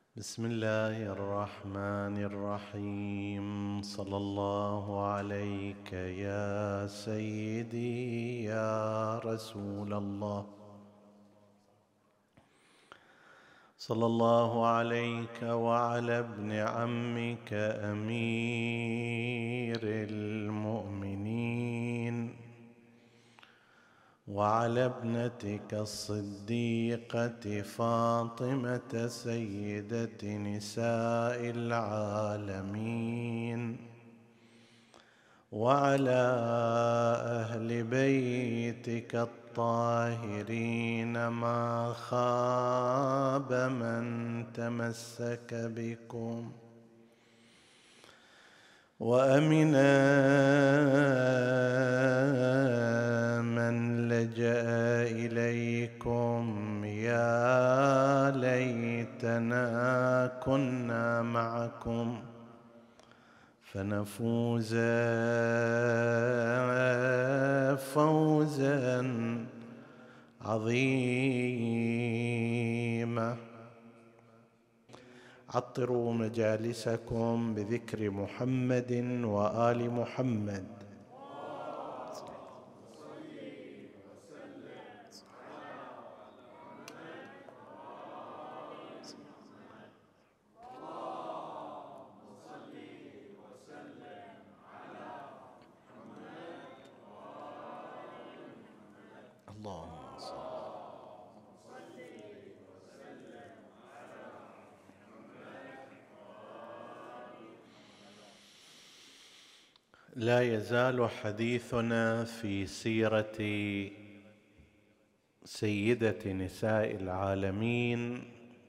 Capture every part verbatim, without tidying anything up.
بسم الله الرحمن الرحيم. صلى الله عليك يا سيدي يا رسول الله. صلى الله عليك وعلى ابن عمك أمير المؤمنين وعلى ابنتك الصديقة فاطمة سيدة نساء العالمين وعلى أهل بيتك الطاهرين ما خاب من تمسك بكم وأمنا من لجأ إليكم. يا ليتنا كنا معكم فنفوز فوزا عظيما. عطروا مجالسكم بذكر محمد وآل محمد. اللهم صل. لا يزال حديثنا في سيرة سيدة نساء العالمين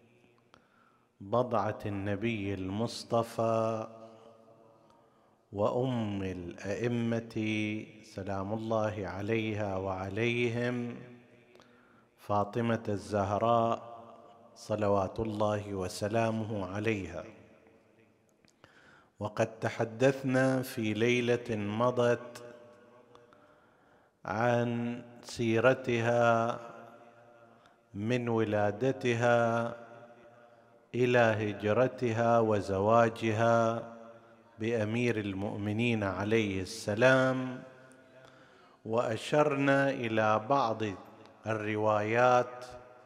بضعة النبي المصطفى وأم الأئمة سلام الله عليها وعليهم فاطمة الزهراء صلوات الله وسلامه عليها. وقد تحدثنا في ليلة مضت عن سيرتها من ولادتها إلى هجرتها وزواجها بأمير المؤمنين عليه السلام، وأشرنا إلى بعض الروايات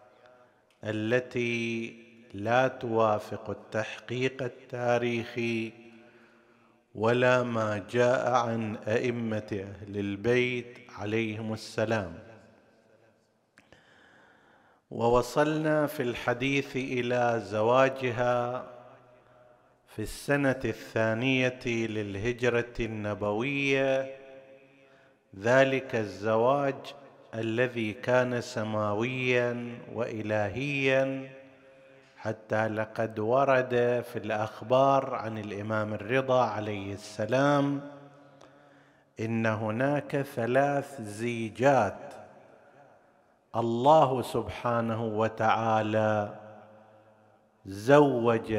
التي لا توافق التحقيق التاريخي ولا ما جاء عن أئمة أهل البيت عليهم السلام. ووصلنا في الحديث إلى زواجها في السنة الثانية للهجرة النبوية، ذلك الزواج الذي كان سماويا وإلهيا، حتى لقد ورد في الأخبار عن الإمام الرضا عليه السلام إن هناك ثلاث زيجات الله سبحانه وتعالى زوج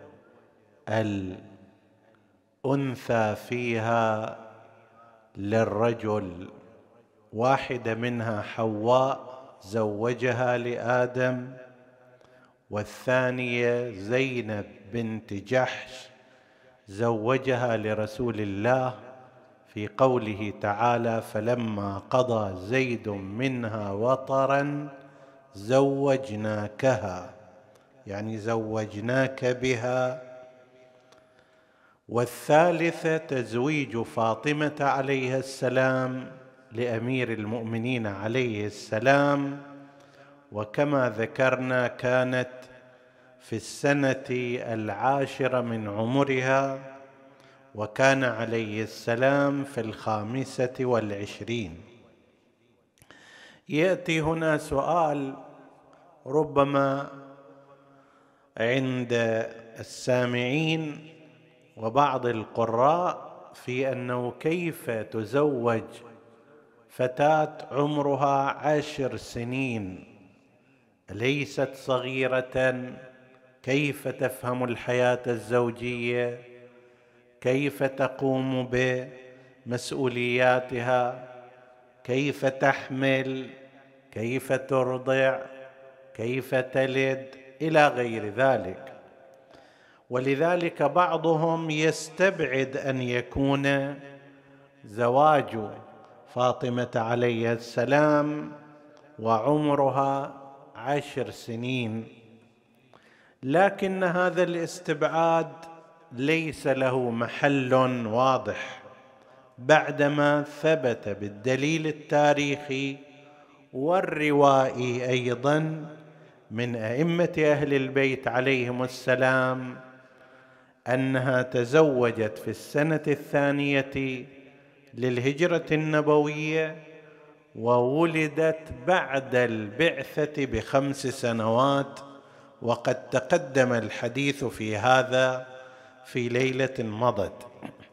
الأنثى فيها للرجل. واحدة منها حواء زوجها لآدم، والثانية زينب بنت جحش زوجها لرسول الله في قوله تعالى فلما قضى زيد منها وطرا زوجناكها، يعني زوجناك بها. والثالثة تزويج فاطمة عليها السلام لأمير المؤمنين عليه السلام، وكما ذكرنا كانت في السنة العاشرة من عمرها، وكان عليه السلام في الخامسة والعشرين. يأتي هنا سؤال ربما عند السامعين وبعض القراء في أنه كيف تزوج فتاة عمرها عشر سنين، ليست صغيرة؟ كيف تفهم الحياة الزوجية؟ كيف تقوم بمسؤولياتها؟ كيف تحمل؟ كيف ترضع؟ كيف تلد؟ إلى غير ذلك. ولذلك بعضهم يستبعد أن يكون زواج فاطمة عليه السلام وعمرها عشر سنين، لكن هذا الاستبعاد ليس له محل واضح بعدما ثبت بالدليل التاريخي والروائي أيضا من أئمة أهل البيت عليهم السلام أنها تزوجت في السنة الثانية للهجرة النبوية وولدت بعد البعثة بخمس سنوات، وقد تقدم الحديث في هذا في ليلة مضت.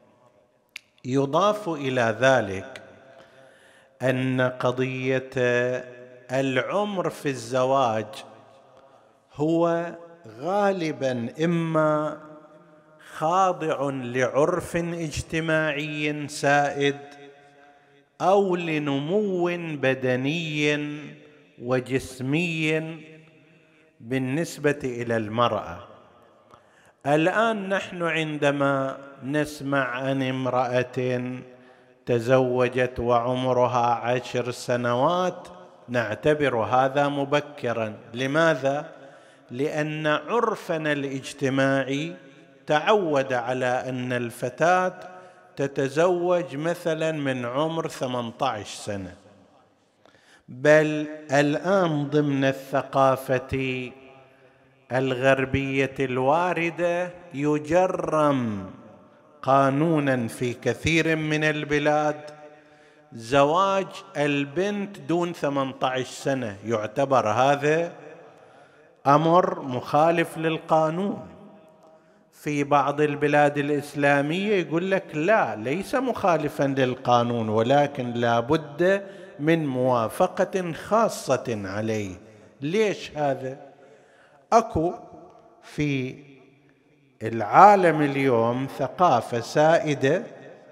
يضاف إلى ذلك أن قضية العمر في الزواج هو غالبا إما خاضع لعرف اجتماعي سائد أو لنمو بدني وجسمي بالنسبة إلى المرأة. الآن نحن عندما نسمع عن امرأة تزوجت وعمرها عشر سنوات نعتبر هذا مبكرا. لماذا؟ لأن عرفنا الاجتماعي تعود على أن الفتاة تتزوج مثلا من عمر ثمانية عشر سنة، بل الآن ضمن الثقافة الغربية الواردة يجرم قانونا في كثير من البلاد زواج البنت دون ثمانية عشر سنة، يعتبر هذا أمر مخالف للقانون. في بعض البلاد الإسلامية يقول لك لا، ليس مخالفا للقانون، ولكن لا بد من موافقة خاصة عليه. ليش هذا؟ أكو في العالم اليوم ثقافة سائدة،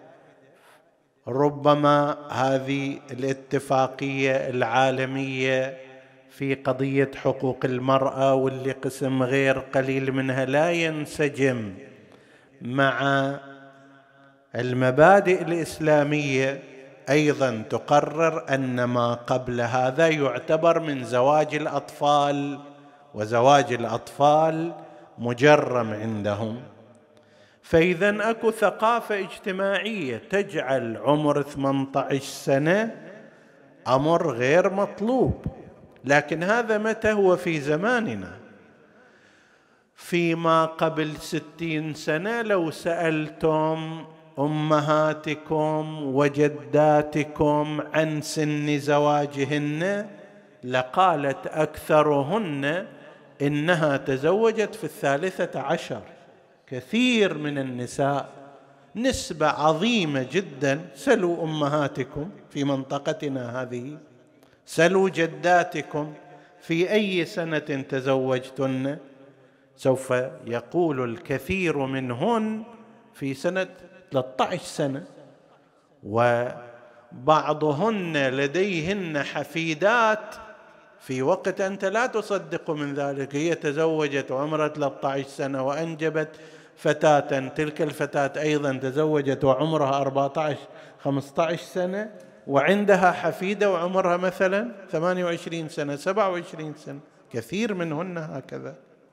ربما هذه الاتفاقية العالمية في قضية حقوق المرأة واللي قسم غير قليل منها لا ينسجم مع المبادئ الإسلامية، أيضا تقرر أن ما قبل هذا يعتبر من زواج الأطفال، وزواج الأطفال مجرم عندهم. فإذا أكو ثقافة اجتماعية تجعل عمر ثمانية عشر سنة أمر غير مطلوب. لكن هذا متى؟ هو في زماننا. فيما قبل ستين سنة لو سألتم أمهاتكم وجداتكم عن سن زواجهن لقالت أكثرهن إنها تزوجت في الثالثة عشر. كثير من النساء، نسبة عظيمة جدا. سلوا أمهاتكم في منطقتنا هذه، سلوا جداتكم في أي سنة تزوجتن، سوف يقول الكثير منهن في سنة ثلاثة عشر سنة، وبعضهن لديهن حفيدات في وقت أنت لا تصدق من ذلك. هي تزوجت وعمرها ثلاثة عشر سنة وأنجبت فتاة، تلك الفتاة أيضا تزوجت وعمرها أربعة عشر خمسة عشر سنة، وعندها حفيدة وعمرها مثلا ثمانية وعشرين سنة سبعة وعشرين سنة. كثير منهن هكذا.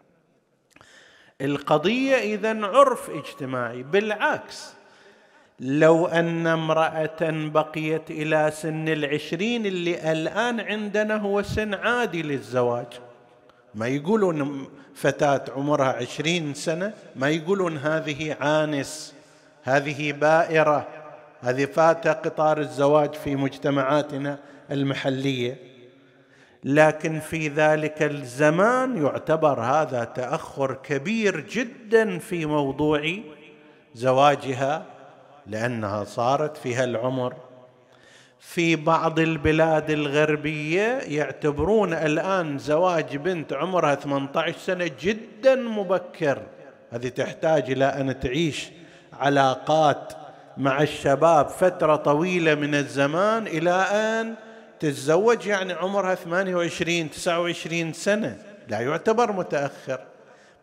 القضية إذن عرف اجتماعي. بالعكس، لو أن امرأة بقيت إلى سن العشرين اللي الآن عندنا هو سن عادي للزواج، ما يقولون فتاة عمرها عشرين سنة، ما يقولون هذه عانس، هذه بائرة، هذه فات قطار الزواج في مجتمعاتنا المحلية. لكن في ذلك الزمان يعتبر هذا تأخر كبير جدا في موضوع زواجها، لأنها صارت في هالعمر. في بعض البلاد الغربية يعتبرون الآن زواج بنت عمرها ثمانية عشر سنة جدا مبكر. هذه تحتاج إلى أن تعيش علاقات مع الشباب فترة طويلة من الزمان إلى أن تتزوج، يعني عمرها ثمانية وعشرين تسعة وعشرين سنة، لا يعتبر متأخر.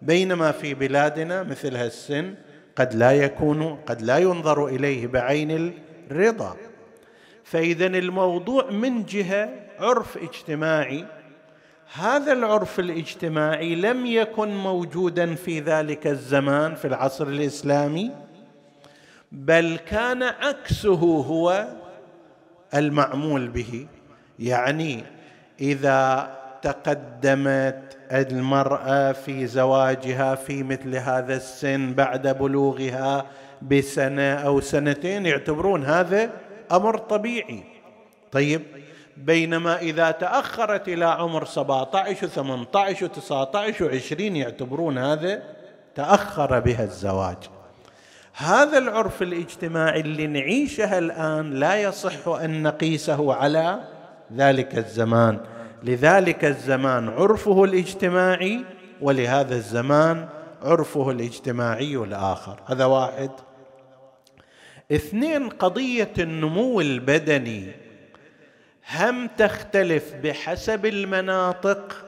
بينما في بلادنا مثل هالسن قد لا يكون قد لا ينظر إليه بعين الرضا. فإذا الموضوع من جهة عرف اجتماعي، هذا العرف الاجتماعي لم يكن موجودا في ذلك الزمان في العصر الإسلامي، بل كان عكسه هو المعمول به. يعني إذا تقدمت المرأة في زواجها في مثل هذا السن بعد بلوغها بسنة أو سنتين يعتبرون هذا أمر طبيعي. طيب، بينما إذا تأخرت إلى عمر سبعة عشر وثمانية عشر وتسعة عشر وعشرين يعتبرون هذا تأخر بها الزواج. هذا العرف الاجتماعي اللي نعيشه الآن لا يصح أن نقيسه على ذلك الزمان. لذلك الزمان عرفه الاجتماعي، ولهذا الزمان عرفه الاجتماعي الآخر. هذا واحد. اثنين، قضية النمو البدني هم تختلف بحسب المناطق،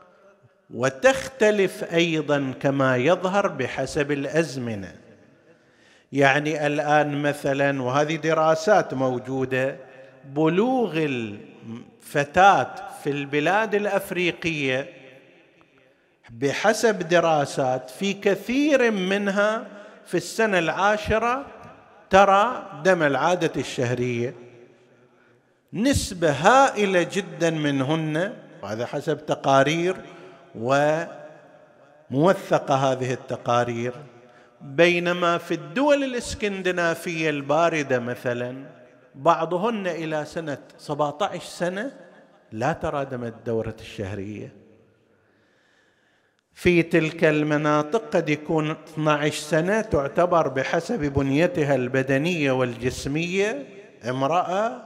وتختلف أيضا كما يظهر بحسب الأزمنة. يعني الآن مثلا، وهذه دراسات موجودة، بلوغ الفتاة في البلاد الأفريقية بحسب دراسات في كثير منها في السنة العاشرة ترى دم العادة الشهرية. نسبة هائلة جدا منهن، وهذا حسب تقارير وموثقة هذه التقارير. بينما في الدول الإسكندنافية الباردة مثلا بعضهن إلى سنة سبعة عشر سنة لا ترى دم الدورة الشهرية. في تلك المناطق قد يكون اثنتي عشرة سنة تعتبر بحسب بنيتها البدنية والجسمية امرأة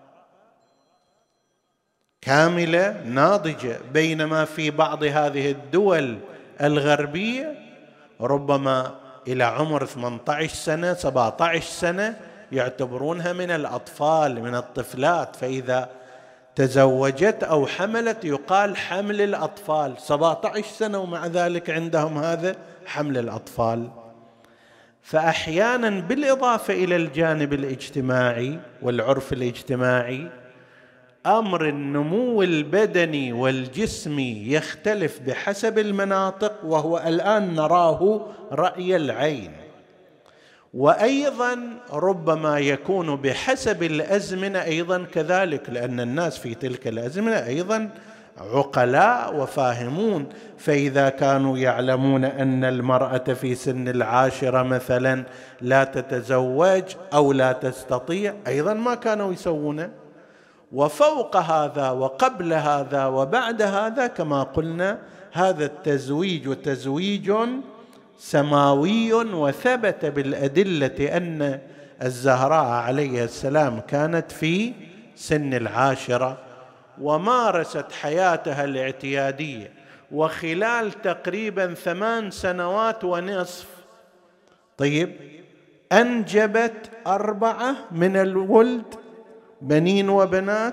كاملة ناضجة، بينما في بعض هذه الدول الغربية ربما إلى عمر ثمانية عشر سنة سبعة عشر سنة يعتبرونها من الأطفال، من الطفلات. فإذا تزوجت أو حملت يقال حمل الأطفال، سبعة عشر سنة ومع ذلك عندهم هذا حمل الأطفال. فأحيانا بالإضافة إلى الجانب الاجتماعي والعرف الاجتماعي، أمر النمو البدني والجسمي يختلف بحسب المناطق، وهو الآن نراه رأي العين. وأيضا ربما يكون بحسب الأزمنة أيضا كذلك، لأن الناس في تلك الأزمنة أيضا عقلاء وفاهمون. فإذا كانوا يعلمون أن المرأة في سن العاشرة مثلا لا تتزوج أو لا تستطيع، أيضا ما كانوا يسوونه. وفوق هذا وقبل هذا وبعد هذا كما قلنا، هذا التزويج تزويج سماوي، وثبت بالأدلة أن الزهراء عليه السلام كانت في سن العاشرة ومارست حياتها الاعتيادية، وخلال تقريبا ثمان سنوات ونصف طيب أنجبت أربعة من الولد، بنين وبنات،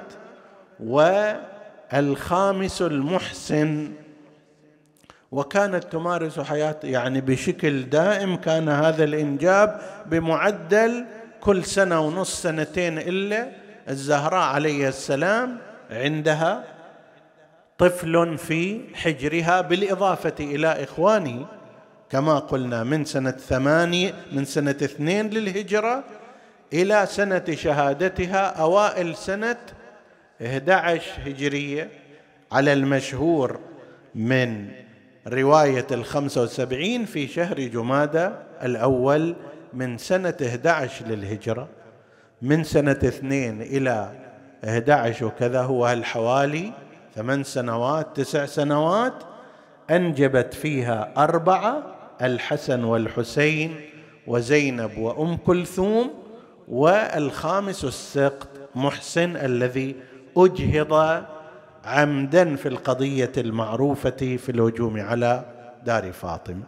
والخامس المحسن. وكانت تمارس حياة يعني بشكل دائم، كان هذا الإنجاب بمعدل كل سنة ونص سنتين، إلا الزهراء عليه السلام عندها طفل في حجرها، بالإضافة إلى إخوانه كما قلنا من سنة ثمانية من سنة اثنين للهجرة إلى سنة شهادتها أوائل سنة أحد عشر هجرية، على المشهور من رواية الخمسة وسبعين في شهر جمادى الأول من سنة أحد عشر للهجرة. من سنة اثنين إلى أحد عشر وكذا هو الحوالي ثمان سنوات تسع سنوات، أنجبت فيها أربعة: الحسن والحسين وزينب وأم كلثوم، والخامس السقط محسن الذي أجهض عمدا في القضية المعروفة في الهجوم على دار فاطمة.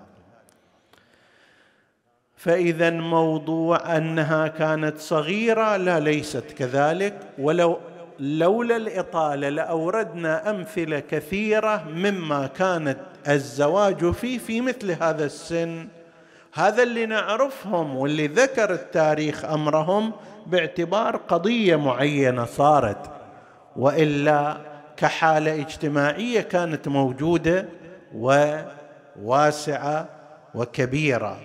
فإذا موضوع أنها كانت صغيرة لا، ليست كذلك. ولو لولا الإطالة لأوردنا أمثلة كثيرة مما كانت الزواج فيه في مثل هذا السن. هذا اللي نعرفهم واللي ذكر التاريخ أمرهم باعتبار قضية معينة صارت، وإلا كحالة اجتماعية كانت موجودة وواسعة وكبيرة.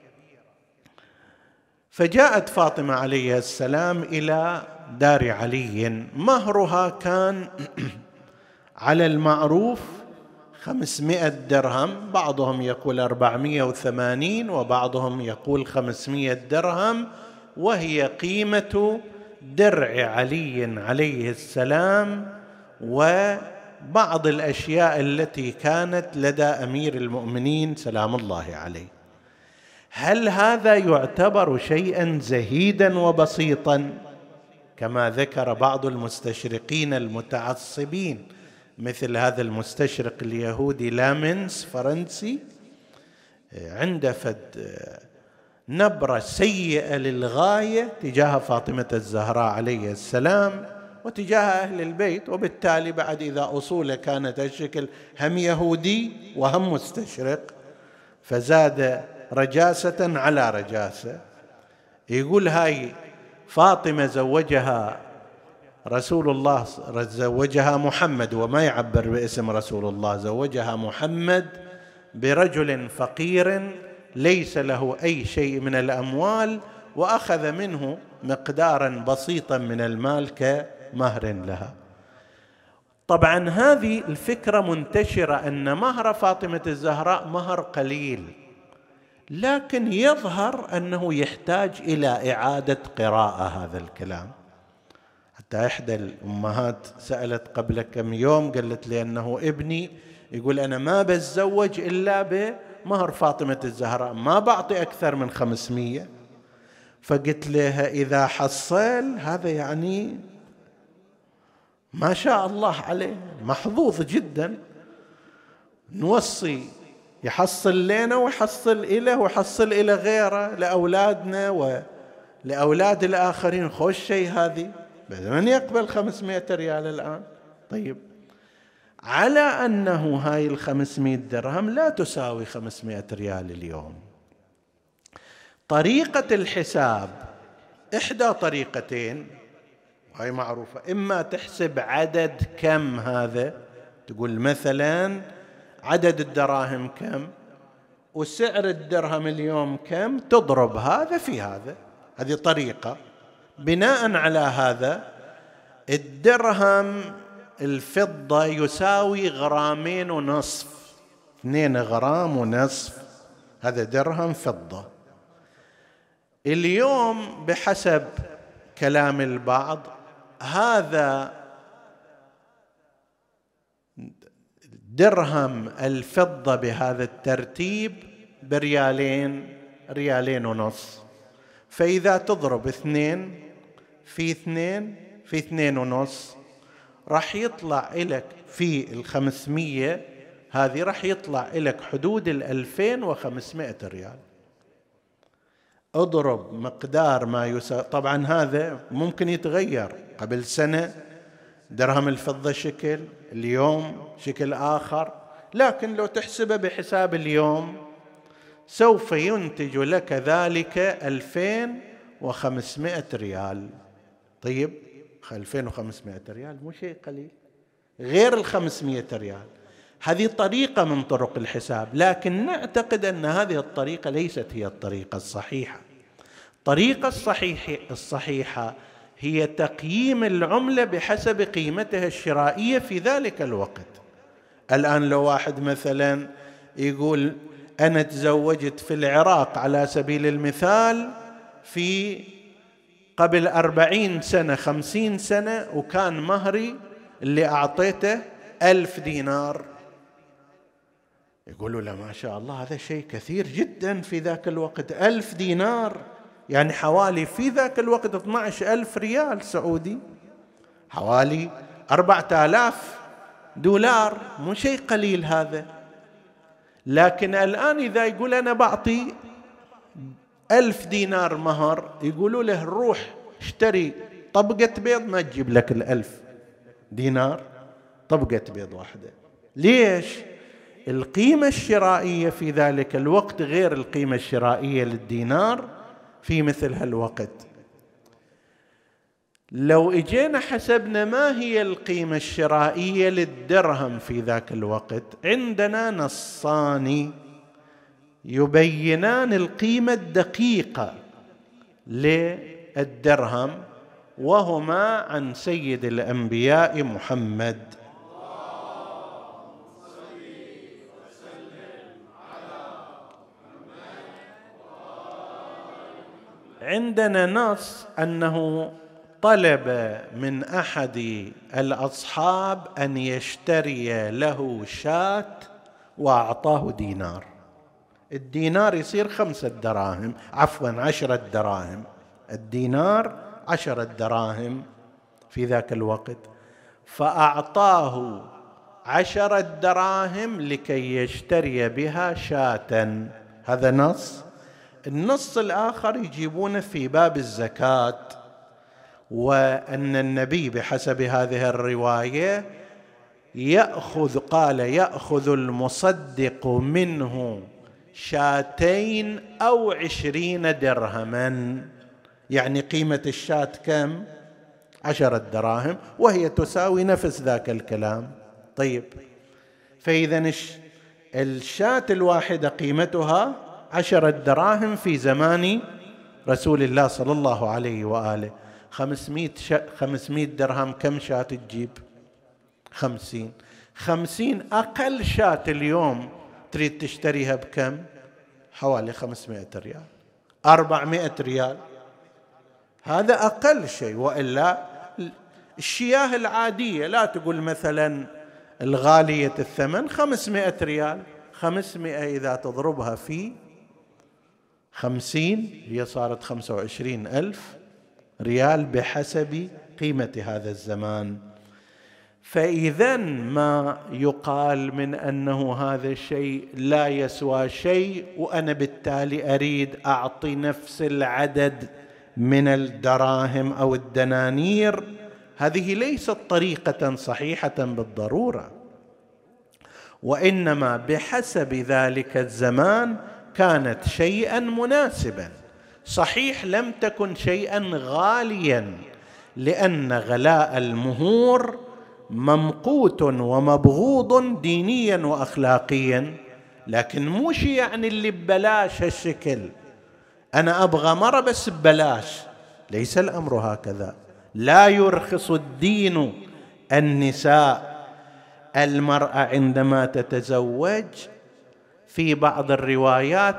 فجاءت فاطمة عليه السلام إلى دار علي، مهرها كان على المعروف خمسمائة درهم، بعضهم يقول أربعمائة وثمانين وبعضهم يقول خمسمائة درهم، وهي قيمة درع علي عليه السلام وبعض الأشياء التي كانت لدى أمير المؤمنين سلام الله عليه. هل هذا يعتبر شيئا زهيدا وبسيطا كما ذكر بعض المستشرقين المتعصبين، مثل هذا المستشرق اليهودي لامنس فرنسي، عنده فد نبرة سيئة للغاية تجاه فاطمة الزهراء عليه السلام وتجاه أهل البيت، وبالتالي بعد إذا أصوله كانت الشكل هم يهودي وهم مستشرق فزاد رجاسة على رجاسة. يقول هاي فاطمة زوجها رسول الله، زوجها محمد، وما يعبر باسم رسول الله، زوجها محمد برجل فقير ليس له أي شيء من الأموال، وأخذ منه مقدارا بسيطا من المال كمهر لها. طبعا هذه الفكرة منتشرة أن مهر فاطمة الزهراء مهر قليل، لكن يظهر أنه يحتاج إلى إعادة قراءة هذا الكلام. حتى إحدى الأمهات سألت قبل كم يوم قالت لي أنه ابني يقول أنا ما بتزوج إلا بمهر فاطمة الزهراء، ما بعطي أكثر من خمسمية. فقلت لها إذا حصل هذا يعني ما شاء الله عليه محظوظ جدا، نوصي يحصل لنا ويحصل إله ويحصل إلى غيره لأولادنا ولأولاد الآخرين. خوش شيء هذه، من يقبل خمسمائة ريال الآن؟ طيب، على أنه هاي الخمسمائة درهم لا تساوي خمسمائة ريال اليوم. طريقة الحساب إحدى طريقتين هاي معروفة، إما تحسب عدد كم هذا، تقول مثلا عدد الدراهم كم وسعر الدرهم اليوم كم، تضرب هذا في هذا، هذه طريقة. بناء على هذا الدرهم الفضة يساوي غرامين ونصف، اثنين غرام ونصف، هذا درهم فضة. اليوم بحسب كلام البعض هذا درهم الفضة بهذا الترتيب بريالين، ريالين ونص. فإذا تضرب اثنين في اثنين في اثنين ونص راح يطلع لك في الخمسمية هذه راح يطلع لك حدود الألفين وخمسمائة ريال. اضرب مقدار ما يساوي، طبعا هذا ممكن يتغير، قبل سنة درهم الفضة شكل، اليوم شكل آخر، لكن لو تحسبه بحساب اليوم سوف ينتج لك ذلك ألفين وخمسمائة ريال. طيب، ألفين وخمسمائة ريال مو شيء قليل، غير الخمسمائة ريال. هذه طريقة من طرق الحساب، لكن نعتقد أن هذه الطريقة ليست هي الطريقة الصحيحة. الطريقة الصحيحة الصحيحة هي تقييم العملة بحسب قيمتها الشرائية في ذلك الوقت. الآن لو واحد مثلا يقول أنا تزوجت في العراق على سبيل المثال في قبل أربعين سنة خمسين سنة، وكان مهري اللي أعطيته ألف دينار، يقولوا له ما شاء الله هذا شيء كثير جدا في ذاك الوقت، ألف دينار يعني حوالي في ذاك الوقت اثني عشر ألف ريال سعودي، حوالي أربعة آلاف دولار، مو شيء قليل هذا. لكن الآن إذا يقول أنا بعطي ألف دينار مهر، يقولوا له روح اشتري طبقة بيض ما تجيب لك الألف دينار، طبقة بيض واحدة. ليش؟ القيمة الشرائية في ذلك الوقت غير القيمة الشرائية للدينار في مثل هالوقت. لو اجينا حسبنا ما هي القيمة الشرائية للدرهم في ذاك الوقت، عندنا نصان يبينان القيمة الدقيقة للدرهم، وهما عن سيد الأنبياء محمد. عندنا نص أنه طلب من أحد الأصحاب أن يشتري له شاة وأعطاه دينار. الدينار يصير خمسة دراهم، عفوا عشرة دراهم، الدينار عشرة دراهم في ذاك الوقت، فأعطاه عشرة دراهم لكي يشتري بها شاة. هذا نص. النص الآخر يجيبونه في باب الزكاة، وأن النبي بحسب هذه الرواية يأخذ قال يأخذ المصدق منه شاتين أو عشرين درهما، يعني قيمة الشاة كم؟ عشرة دراهم، وهي تساوي نفس ذاك الكلام. طيب، فإذا الشاة الواحدة قيمتها عشرة دراهم في زمان رسول الله صلى الله عليه وآله. خمسمائة, ش... خمسمائة درهم كم شاة تجيب؟ خمسين. خمسين أقل شاة اليوم تريد تشتريها بكم؟ حوالي خمسمائة ريال، أربعمائة ريال، هذا أقل شيء. وإلا الشياه العادية، لا تقول مثلا الغالية الثمن، خمسمائة ريال. خمسمائة إذا تضربها في خمسين هي صارت خمسة وعشرين ألف ريال بحسب قيمة هذا الزمان. فإذا ما يقال من أنه هذا الشيء لا يسوى شيء، وأنا بالتالي أريد أعطي نفس العدد من الدراهم أو الدنانير، هذه ليست طريقة صحيحة بالضرورة، وإنما بحسب ذلك الزمان كانت شيئا مناسبا. صحيح لم تكن شيئا غاليا، لأن غلاء المهور ممقوت ومبغوض دينيا وأخلاقيا، لكن مو شيء يعني اللي ببلاش هالشكل، أنا أبغى مرة بس ببلاش، ليس الأمر هكذا. لا يرخص الدين النساء. المرأة عندما تتزوج في بعض الروايات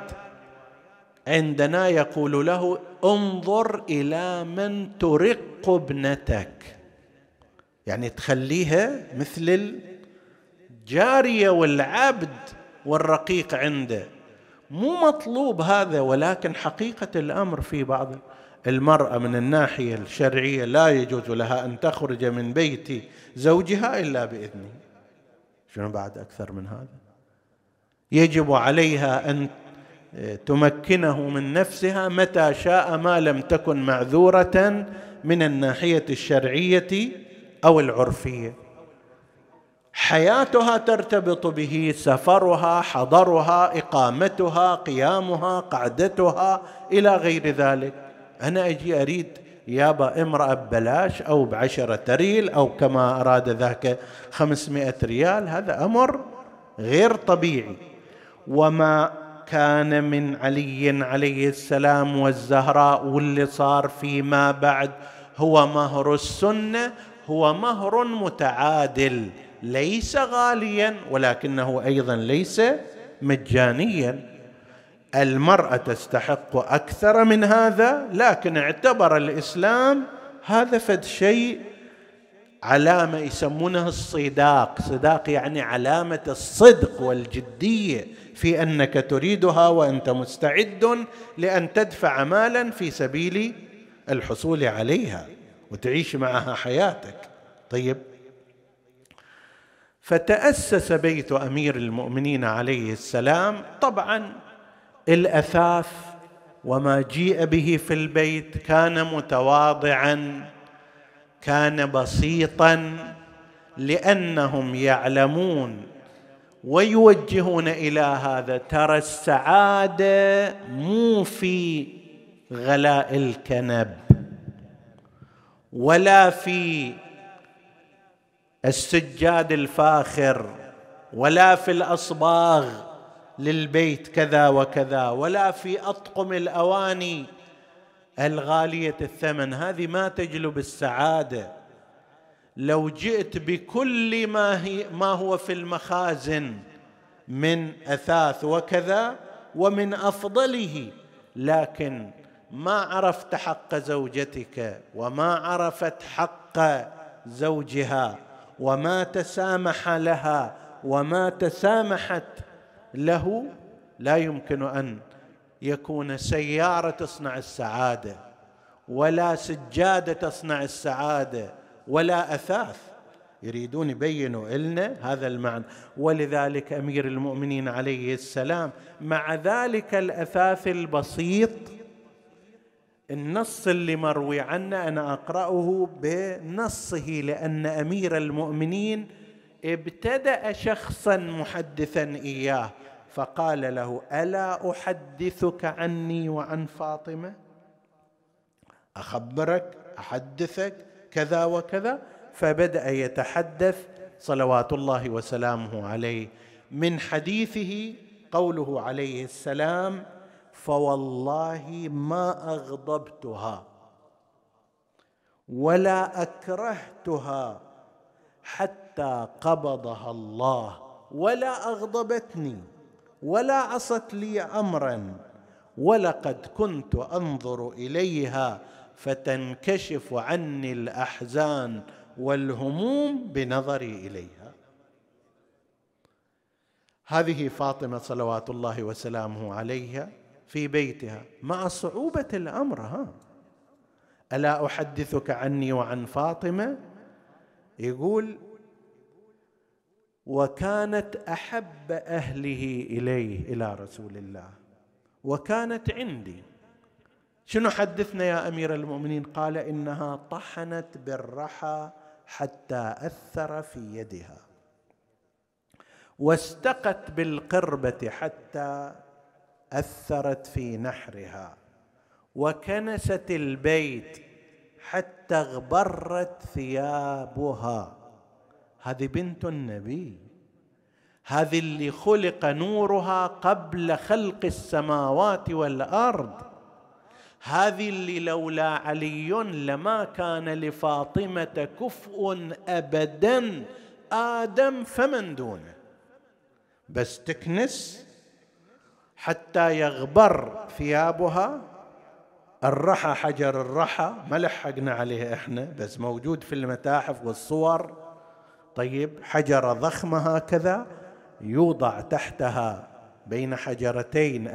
عندنا يقول له انظر إلى من ترق ابنتك، يعني تخليها مثل الجارية والعبد والرقيق عنده. مو مطلوب هذا، ولكن حقيقة الأمر في بعض المرأة من الناحية الشرعية لا يجوز لها أن تخرج من بيت زوجها إلا بإذنه. شنو بعد أكثر من هذا؟ يجب عليها أن تمكنه من نفسها متى شاء، ما لم تكن معذورة من الناحية الشرعية أو العرفية. حياتها ترتبط به، سفرها، حضرها، إقامتها، قيامها، قعدتها، إلى غير ذلك. أنا أجي أريد يابا امرأة ببلاش أو بعشرة ريال أو كما أراد ذاك خمسمائة ريال، هذا أمر غير طبيعي. وما كان من علي عليه السلام والزهراء واللي صار فيما بعد هو مهر السنة، هو مهر متعادل، ليس غاليا ولكنه أيضا ليس مجانيا. المرأة تستحق أكثر من هذا، لكن اعتبر الإسلام هذا فد شيء علامة يسمونها الصداق. صداق يعني علامة الصدق والجدية في أنك تريدها وأنت مستعد لأن تدفع مالا في سبيل الحصول عليها وتعيش معها حياتك. طيب، فتأسس بيت أمير المؤمنين عليه السلام. طبعا الأثاث وما جيء به في البيت كان متواضعا، كان بسيطا، لأنهم يعلمون ويوجهون إلى هذا. ترى السعادة مو في غلاء الكنب ولا في السجاد الفاخر ولا في الأصباغ للبيت كذا وكذا ولا في أطقم الأواني الغالية الثمن. هذه ما تجلب السعادة. لو جئت بكل ما, هي ما هو في المخازن من أثاث وكذا ومن أفضله، لكن ما عرفت حق زوجتك وما عرفت حق زوجها وما تسامح لها وما تسامحت له، لا يمكن أن يكون سيارة تصنع السعادة ولا سجادة تصنع السعادة ولا أثاث. يريدون يبينوا لنا هذا المعنى. ولذلك أمير المؤمنين عليه السلام مع ذلك الأثاث البسيط، النص اللي مروي عنه أنا أقرأه بنصه، لأن أمير المؤمنين ابتدأ شخصا محدثا إياه فقال له: ألا أحدثك عني وعن فاطمة؟ أخبرك أحدثك كذا وكذا. فبدأ يتحدث صلوات الله وسلامه عليه. من حديثه قوله عليه السلام: فوالله ما أغضبتها ولا أكرهتها حتى قبضها الله، ولا أغضبتني ولا عصت لي أمرا، ولقد كنت أنظر إليها فتنكشف عني الأحزان والهموم بنظري إليها. هذه فاطمة صلوات الله وسلامه عليها في بيتها مع صعوبة الأمر. ها ألا أحدثك عني وعن فاطمة؟ يقول: وكانت أحب أهله إليه إلى رسول الله وكانت عندي. شنو حدثنا يا أمير المؤمنين؟ قال: إنها طحنت بالرحى حتى أثر في يدها، واستقت بالقربة حتى أثرت في نحرها، وكنست البيت حتى اغبرت ثيابها. هذه بنت النبي، هذه اللي خلق نورها قبل خلق السماوات والأرض، هذه اللي لولا علي لما كان لفاطمة كفء أبدا آدم فمن دونه. بس تكنس حتى يغبر ثيابها. الرحى، حجر الرحى ما لحقنا عليه احنا، بس موجود في المتاحف والصور. طيب، حجرة ضخمة هكذا يوضع تحتها بين حجرتين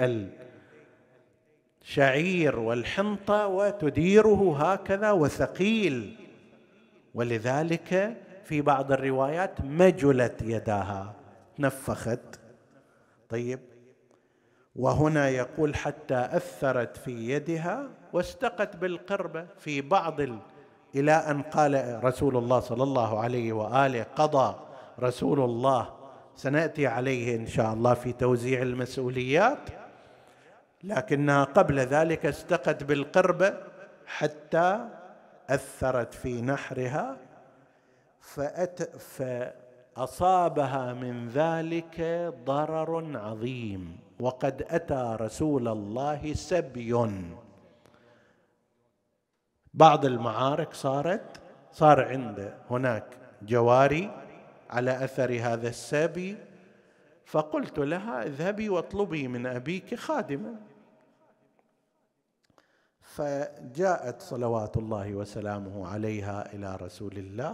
الشعير والحنطة وتديره هكذا، وثقيل. ولذلك في بعض الروايات مجلت يداها، تنفخت. طيب، وهنا يقول حتى أثرت في يدها واستقت بالقربة. في بعض ال... إلى أن قال رسول الله صلى الله عليه وآله: قضى رسول الله، سنأتي عليه إن شاء الله في توزيع المسؤوليات، لكنها قبل ذلك استقت بالقربة حتى أثرت في نحرها، فأت... فأصابها من ذلك ضرر عظيم. وقد أتى رسول الله سبي. بعض المعارك صارت صار عنده هناك جواري على أثر هذا السبي، فقلت لها: اذهبي واطلبي من أبيك خادما. فجاءت صلوات الله وسلامه عليها إلى رسول الله،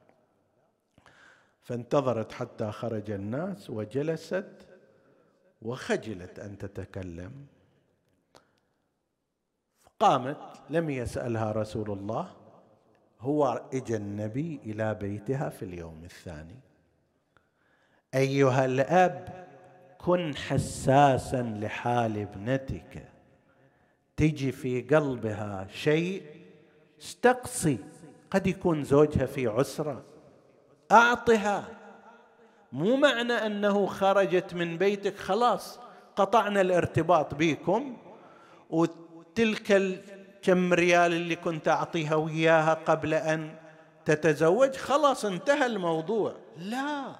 فانتظرت حتى خرج الناس وجلست وخجلت أن تتكلم. قامت، لم يسألها رسول الله، هو اجى النبي إلى بيتها في اليوم الثاني. أيها الأب، كن حساسا لحال ابنتك، تجي في قلبها شيء استقصي، قد يكون زوجها في عسرة، أعطها، مو معنى أنه خرجت من بيتك خلاص قطعنا الارتباط بكم، وتلك الكم ريال اللي كنت أعطيها وياها قبل أن تتزوج خلاص انتهى الموضوع. لا،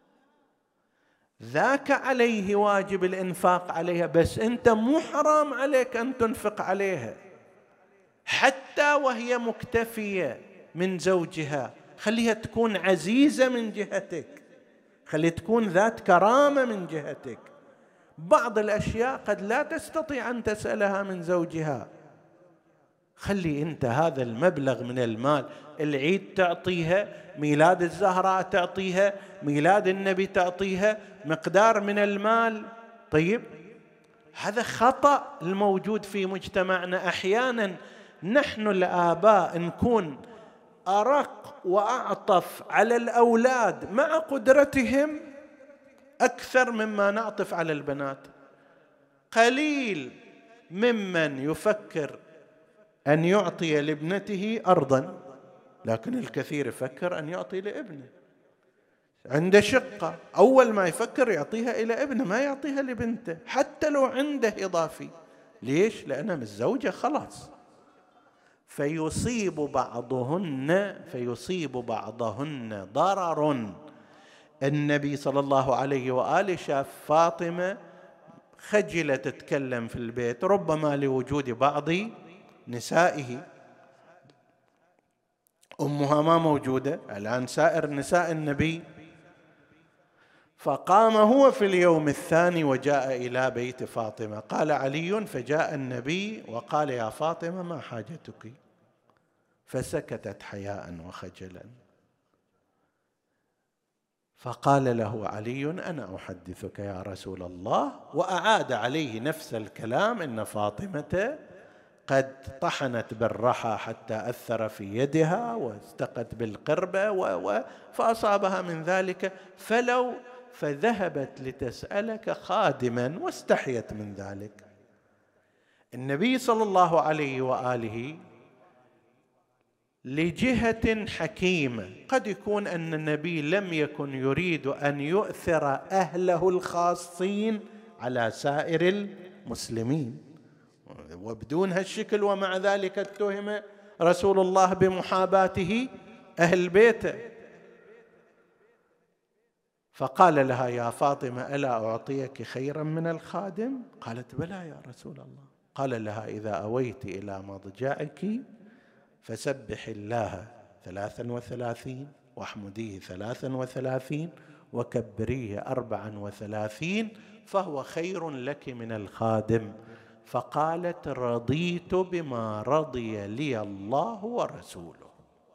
ذاك عليه واجب الإنفاق عليها، بس أنت مو حرام عليك أن تنفق عليها حتى وهي مكتفية من زوجها. خليها تكون عزيزة من جهتك، خليها تكون ذات كرامة من جهتك. بعض الأشياء قد لا تستطيع أن تسألها من زوجها، خلي أنت هذا المبلغ من المال، العيد تعطيها، ميلاد الزهراء تعطيها، ميلاد النبي تعطيها مقدار من المال. طيب، هذا خطأ الموجود في مجتمعنا. أحيانا نحن الآباء نكون أرق وأعطف على الأولاد مع قدرتهم أكثر مما نعطف على البنات. قليل ممن يفكر أن يعطي لابنته أرضا، لكن الكثير يفكر أن يعطي لابنه. عنده شقة، أول ما يفكر يعطيها إلى ابنه، ما يعطيها لبنته حتى لو عنده إضافي. ليش؟ لأنها متزوجة خلاص. فيصيب بعضهن فيصيب بعضهن ضرر. النبي صلى الله عليه وآله شاف فاطمة خجلة تتكلم في البيت، ربما لوجود بعض نسائه، أمها ما موجودة الآن، سائر نساء النبي. فقام هو في اليوم الثاني وجاء إلى بيت فاطمة. قال علي: فجاء النبي وقال: يا فاطمة ما حاجتك؟ فسكتت حياء وخجلا. فقال له علي: أنا أحدثك يا رسول الله، وأعاد عليه نفس الكلام، إن فاطمة قد طحنت بالرحى حتى أثر في يدها واستقت بالقربة و... و... فأصابها من ذلك، فلو فذهبت لتسألك خادما واستحيت من ذلك. النبي صلى الله عليه وآله لجهة حكيمة، قد يكون أن النبي لم يكن يريد أن يؤثر أهله الخاصين على سائر المسلمين، وبدون هالشكل، ومع ذلك اتهم رسول الله بمحاباته أهل بيته. فقال لها: يا فاطمة ألا أعطيك خيرا من الخادم؟ قالت: بلى يا رسول الله. قال لها: إذا أويت إلى مضجعك فسبح الله ثلاثا وثلاثين، واحمديه ثلاثا وثلاثين، وكبريه أربعا وثلاثين، فهو خير لك من الخادم. فقالت: رضيت بما رضي لي الله ورسوله.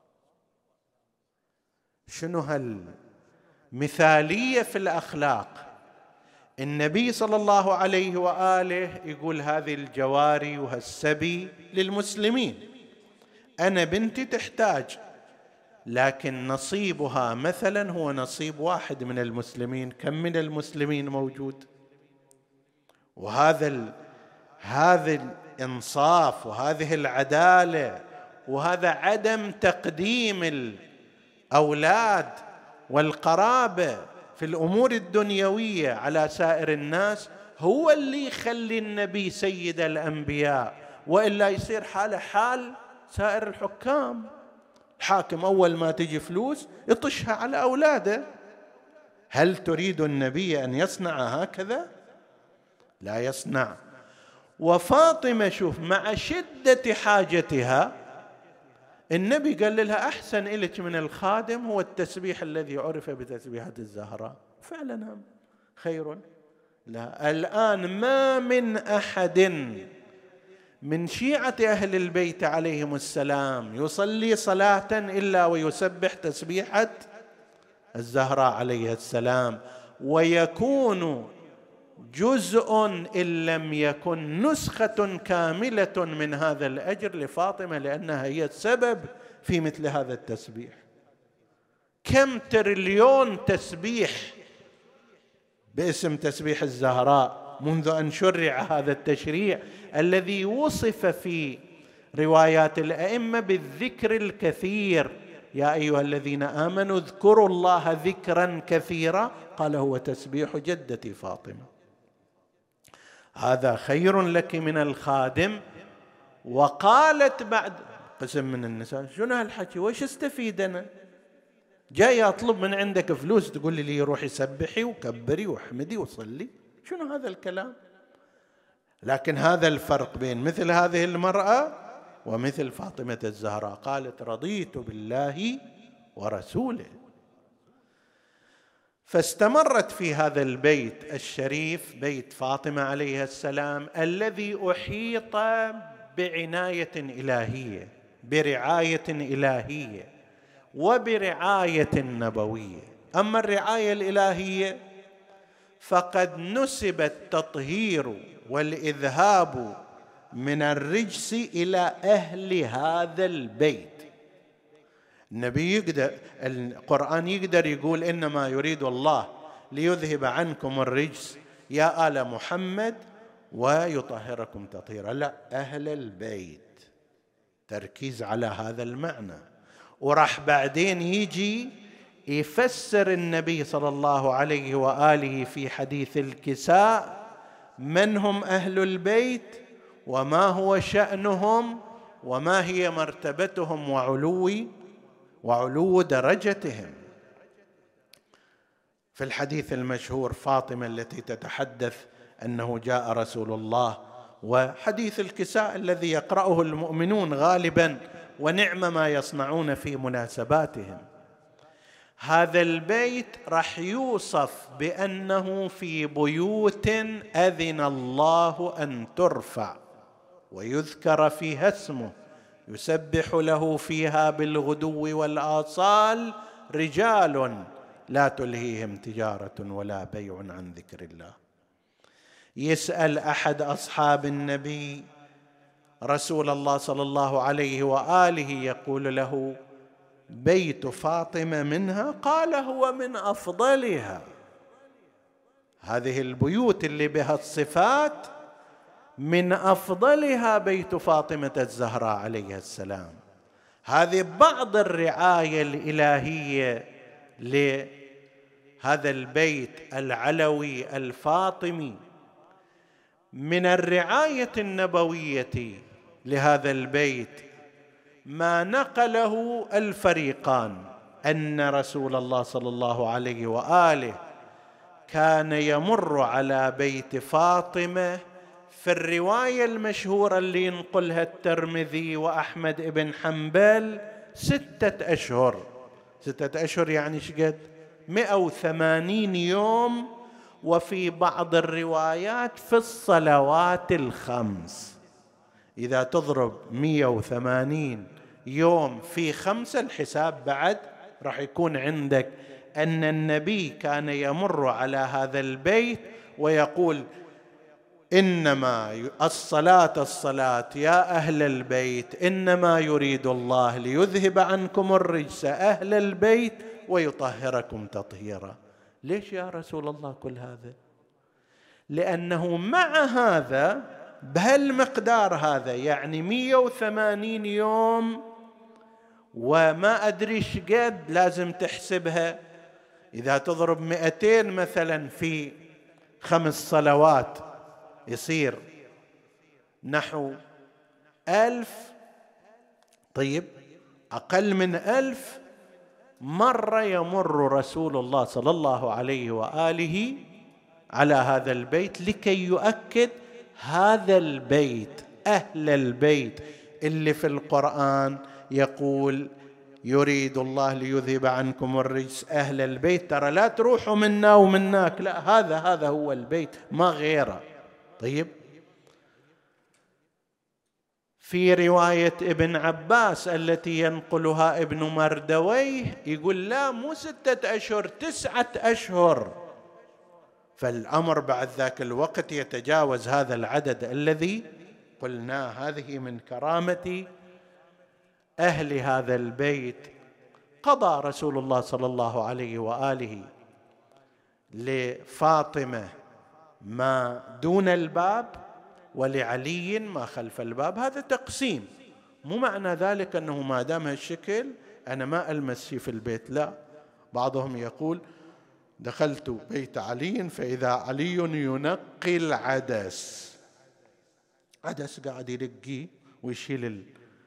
شنو هالمثالية في الأخلاق؟ النبي صلى الله عليه وآله يقول: هذه الجواري وهالسبي للمسلمين، أنا بنتي تحتاج، لكن نصيبها مثلا هو نصيب واحد من المسلمين. كم من المسلمين موجود؟ وهذا ال... هذا الإنصاف وهذه العدالة وهذا عدم تقديم الأولاد والقرابة في الأمور الدنيوية على سائر الناس هو اللي يخلي النبي سيد الأنبياء، وإلا يصير حاله حال سائر الحكام. الحاكم أول ما تجي فلوس يطشها على أولاده. هل تريد النبي أن يصنع هكذا؟ لا يصنع. وفاطمة شوف، مع شدة حاجتها النبي قال لها: أحسن إليك من الخادم هو التسبيح الذي عرف بتسبيحة الزهراء. فعلا خير. لا، الآن ما من أحد من شيعة أهل البيت عليهم السلام يصلي صلاة إلا ويسبح تسبيحة الزهراء عليه السلام، ويكون جزء إن لم يكن نسخة كاملة من هذا الأجر لفاطمة، لأنها هي السبب في مثل هذا التسبيح. كم تريليون تسبيح باسم تسبيح الزهراء منذ أن شرع هذا التشريع الذي وصف في روايات الأئمة بالذكر الكثير يا أيها الذين آمنوا اذكروا الله ذكرا كثيرا، قال هو تسبيح جدتي فاطمة. هذا خير لك من الخادم. وقالت بعد قسم من النساء شنو هالحكي، وش استفيد أنا؟ جاي أطلب من عندك فلوس تقول لي روحي سبحي وكبري واحمدي وصلي، شنو هذا الكلام؟ لكن هذا الفرق بين مثل هذه المرأة ومثل فاطمة الزهراء، قالت رضيت بالله ورسوله. فاستمرت في هذا البيت الشريف، بيت فاطمة عليها السلام، الذي أحيط بعناية إلهية، برعاية إلهية وبرعاية نبوية. أما الرعاية الإلهية فقد نسب التطهير والإذهاب من الرجس إلى أهل هذا البيت. النبي يقدر، القرآن يقدر يقول إنما يريد الله ليذهب عنكم الرجس يا آل محمد ويطهركم تطهيرا، لا، أهل البيت، تركيز على هذا المعنى. وراح بعدين يجي يفسر النبي صلى الله عليه وآله في حديث الكساء من هم أهل البيت وما هو شأنهم وما هي مرتبتهم وعلو وعلو درجتهم. في الحديث المشهور فاطمة التي تتحدث أنه جاء رسول الله، وحديث الكساء الذي يقرأه المؤمنون غالبا ونعم ما يصنعون في مناسباتهم. هذا البيت راح يوصف بأنه في بيوت أذن الله أن ترفع ويذكر فيها اسمه يسبح له فيها بالغدو والآصال رجال لا تلهيهم تجارة ولا بيع عن ذكر الله. يسأل أحد أصحاب النبي رسول الله صلى الله عليه وآله، يقول له بيت فاطمة منها؟ قال هو من أفضلها. هذه البيوت اللي بها الصفات من أفضلها بيت فاطمة الزهراء عليها السلام. هذه بعض الرعاية الإلهية لهذا البيت العلوي الفاطمي. من الرعاية النبوية لهذا البيت ما نقله الفريقان، أن رسول الله صلى الله عليه وآله كان يمر على بيت فاطمة في الرواية المشهورة اللي ينقلها الترمذي وأحمد بن حنبل ستة أشهر. ستة أشهر يعني شقد؟ مئة وثمانين يوم. وفي بعض الروايات في الصلوات الخمس. إذا تضرب مئة وثمانين يوم في خمسة، الحساب بعد راح يكون عندك أن النبي كان يمر على هذا البيت ويقول إنما الصلاة الصلاة يا أهل البيت، إنما يريد الله ليذهب عنكم الرجس أهل البيت ويطهركم تطهيرا. ليش يا رسول الله كل هذا؟ لأنه مع هذا بهالمقدار هذا، يعني مئة وثمانين يوم وما أدري شقد لازم تحسبها. إذا تضرب مئتين مثلا في خمس صلوات يصير نحو ألف. طيب أقل من ألف مرة يمر رسول الله صلى الله عليه وآله على هذا البيت لكي يؤكد هذا البيت، أهل البيت اللي في القرآن يقول يريد الله ليذهب عنكم الرجس أهل البيت. ترى لا تروحوا منا ومناك، لا، هذا هذا هو البيت ما غيره. طيب في رواية ابن عباس التي ينقلها ابن مردويه يقول لا، مو ستة أشهر، تسعة أشهر. فالأمر بعد ذاك الوقت يتجاوز هذا العدد الذي قلناه. هذه من كرامة أهل هذا البيت. قضى رسول الله صلى الله عليه وآله لفاطمة ما دون الباب ولعلي ما خلف الباب. هذا تقسيم، مو معنى ذلك أنه ما دام هالشكل أنا ما ألمس شيء في البيت، لا. بعضهم يقول دخلت بيت علي فإذا علي ينقي العدس، عدس قاعد يلقيه ويشيل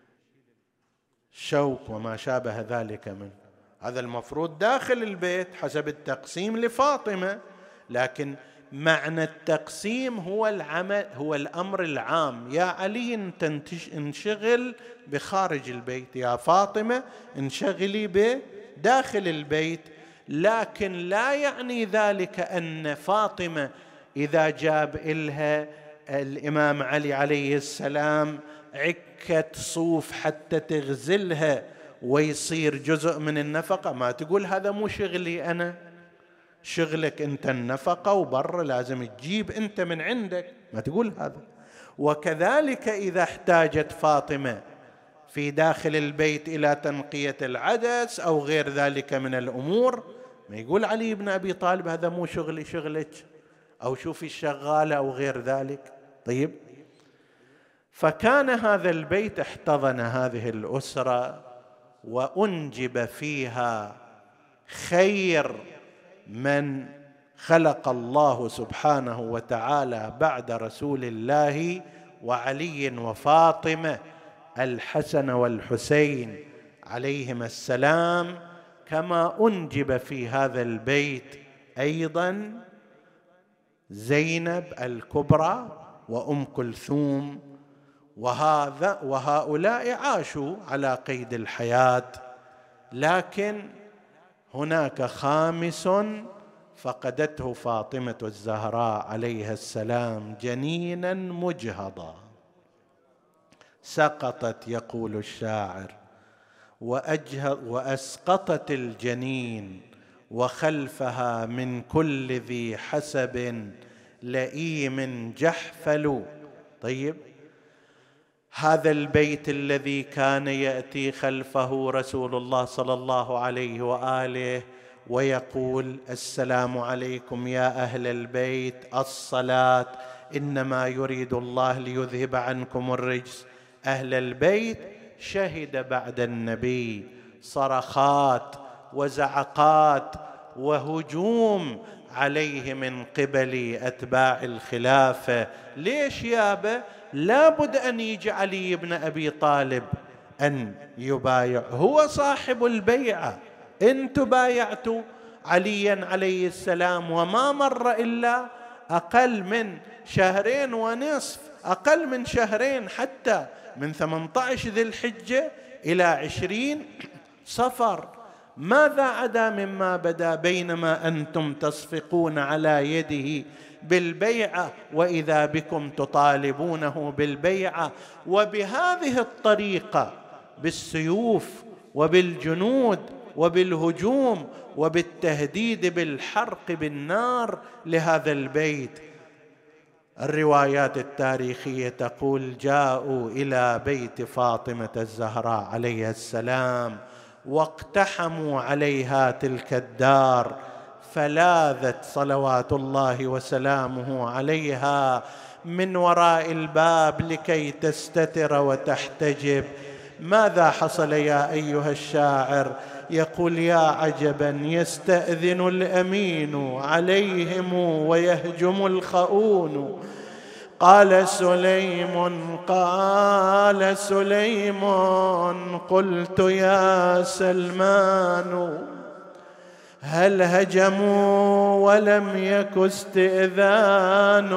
الشوك وما شابه ذلك منه. هذا المفروض داخل البيت حسب التقسيم لفاطمة، لكن معنى التقسيم هو العمل، هو الأمر العام. يا علي أنت انشغل بخارج البيت، يا فاطمة انشغلي بداخل البيت. لكن لا يعني ذلك أن فاطمة إذا جاب إلها الإمام علي عليه السلام عكة صوف حتى تغزلها ويصير جزء من النفقة، ما تقول هذا مو شغلي أنا، شغلك أنت النفقة وبر لازم تجيب أنت من عندك، ما تقول هذا. وكذلك إذا احتاجت فاطمة في داخل البيت إلى تنقية العدس أو غير ذلك من الأمور، ما يقول علي بن أبي طالب هذا مو شغلي، شغلك، أو شوفي الشغالة أو غير ذلك. طيب، فكان هذا البيت احتضن هذه الأسرة وأنجب فيها خير من خلق الله سبحانه وتعالى بعد رسول الله وعلي وفاطمة، الحسن والحسين عليهما السلام. كما أنجب في هذا البيت أيضا زينب الكبرى وأم كلثوم، وهذا وهؤلاء عاشوا على قيد الحياة. لكن هناك خامس فقدته فاطمة الزهراء عليها السلام جنينا مجهضا، سقطت يقول الشاعر وأجهض وأسقطت الجنين، وخلفها من كل ذي حسب لئيم جحفل. طيب، هذا البيت الذي كان يأتي خلفه رسول الله صلى الله عليه وآله ويقول السلام عليكم يا أهل البيت، الصلاة، إنما يريد الله ليذهب عنكم الرجس. أهل البيت شهد بعد النبي صرخات وزعقات وهجوم عليه من قبل أتباع الخلافة. ليش يابا؟ لابد أن يجي علي بن أبي طالب أن يبايع، هو صاحب البيعة. انتم بايعتوا عليا عليه السلام وما مر إلا أقل من شهرين ونصف، أقل من شهرين، حتى من ثمانية عشر ذي الحجة إلى عشرين صفر، ماذا عدا مما بدا بينما أنتم تصفقون على يده بالبيعة وإذا بكم تطالبونه بالبيعة. وبهذه الطريقة، بالسيوف وبالجنود وبالهجوم وبالتهديد بالحرق بالنار لهذا البيت. الروايات التاريخية تقول جاءوا إلى بيت فاطمة الزهراء عليها السلام واقتحموا عليها تلك الدار، فلاذت صلوات الله وسلامه عليها من وراء الباب لكي تستتر وتحتجب. ماذا حصل يا أيها الشاعر؟ يقول يا عجبا يستأذن الأمين عليهم ويهجم الخؤون. قال سليم قال سليم قلت يا سلمان هل هجموا ولم يك استئذان؟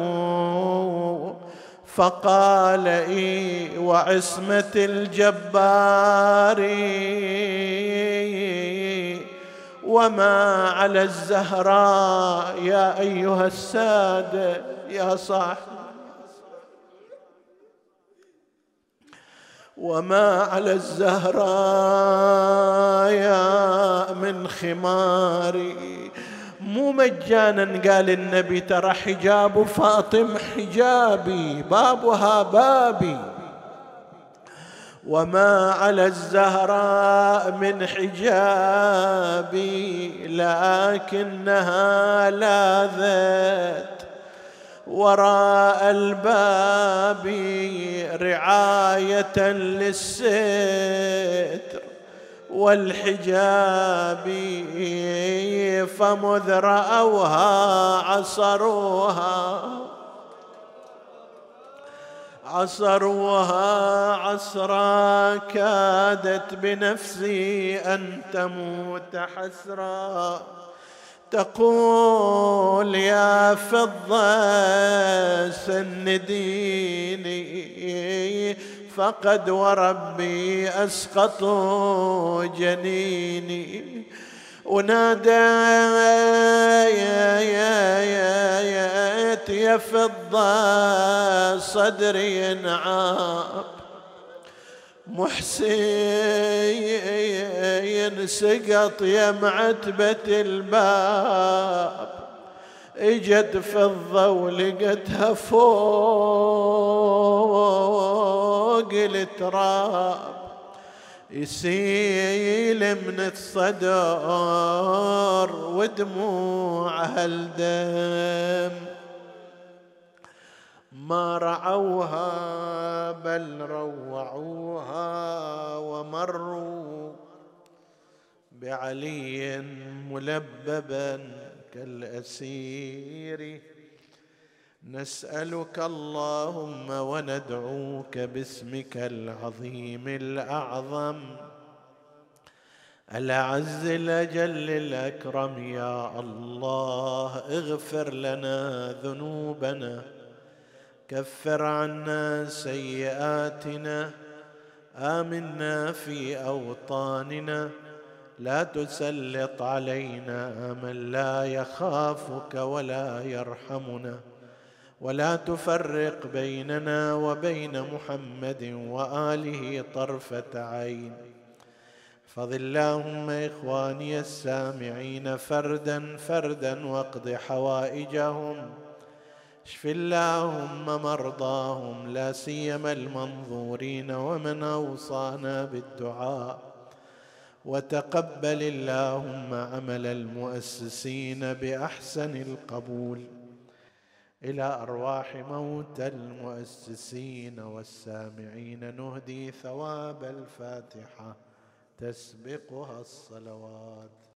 فقال إي وعصمة الجبار وما على الزهراء يا أيها السادة يا صاحب، وما على الزهراء يا من خماري. مو مجانا قال النبي ترى حجاب فاطم حجابي بابها بابي، وما على الزهراء من حجابي لكنها لاذت وراء الباب رعاية للستر، والحجاب فمذ رأوها عصروها عصروها عصرا كادت بنفسي أن تموت حسرا تقول يا فضة سنديني فقد وربي أسقطوا جنيني ونادى يا يا يا يا يا فضة صدري انعاب محسين سقط يا معتبة الباب اجت فضة ولقتها فوق التراب يسيل من الصدر ودموعها الدم ما رعوها بل روعوها ومروا بعلي ملببا كالأسير نسألك اللهم وندعوك باسمك العظيم الأعظم الأعز الأجل الأكرم يا الله اغفر لنا ذنوبنا كفر عنا سيئاتنا آمنا في أوطاننا لا تسلط علينا من لا يخافك ولا يرحمنا ولا تفرق بيننا وبين محمد وآله طرفة عين احفظ اللهم إخواني السامعين فردا فردا واقض حوائجهم اشف اللهم مرضاهم لا سيما المنظورين ومن أوصانا بالدعاء وتقبل اللهم عمل المؤسسين بأحسن القبول إلى أرواح موتى المؤسسين والسامعين نهدي ثواب الفاتحة تسبقها الصلوات.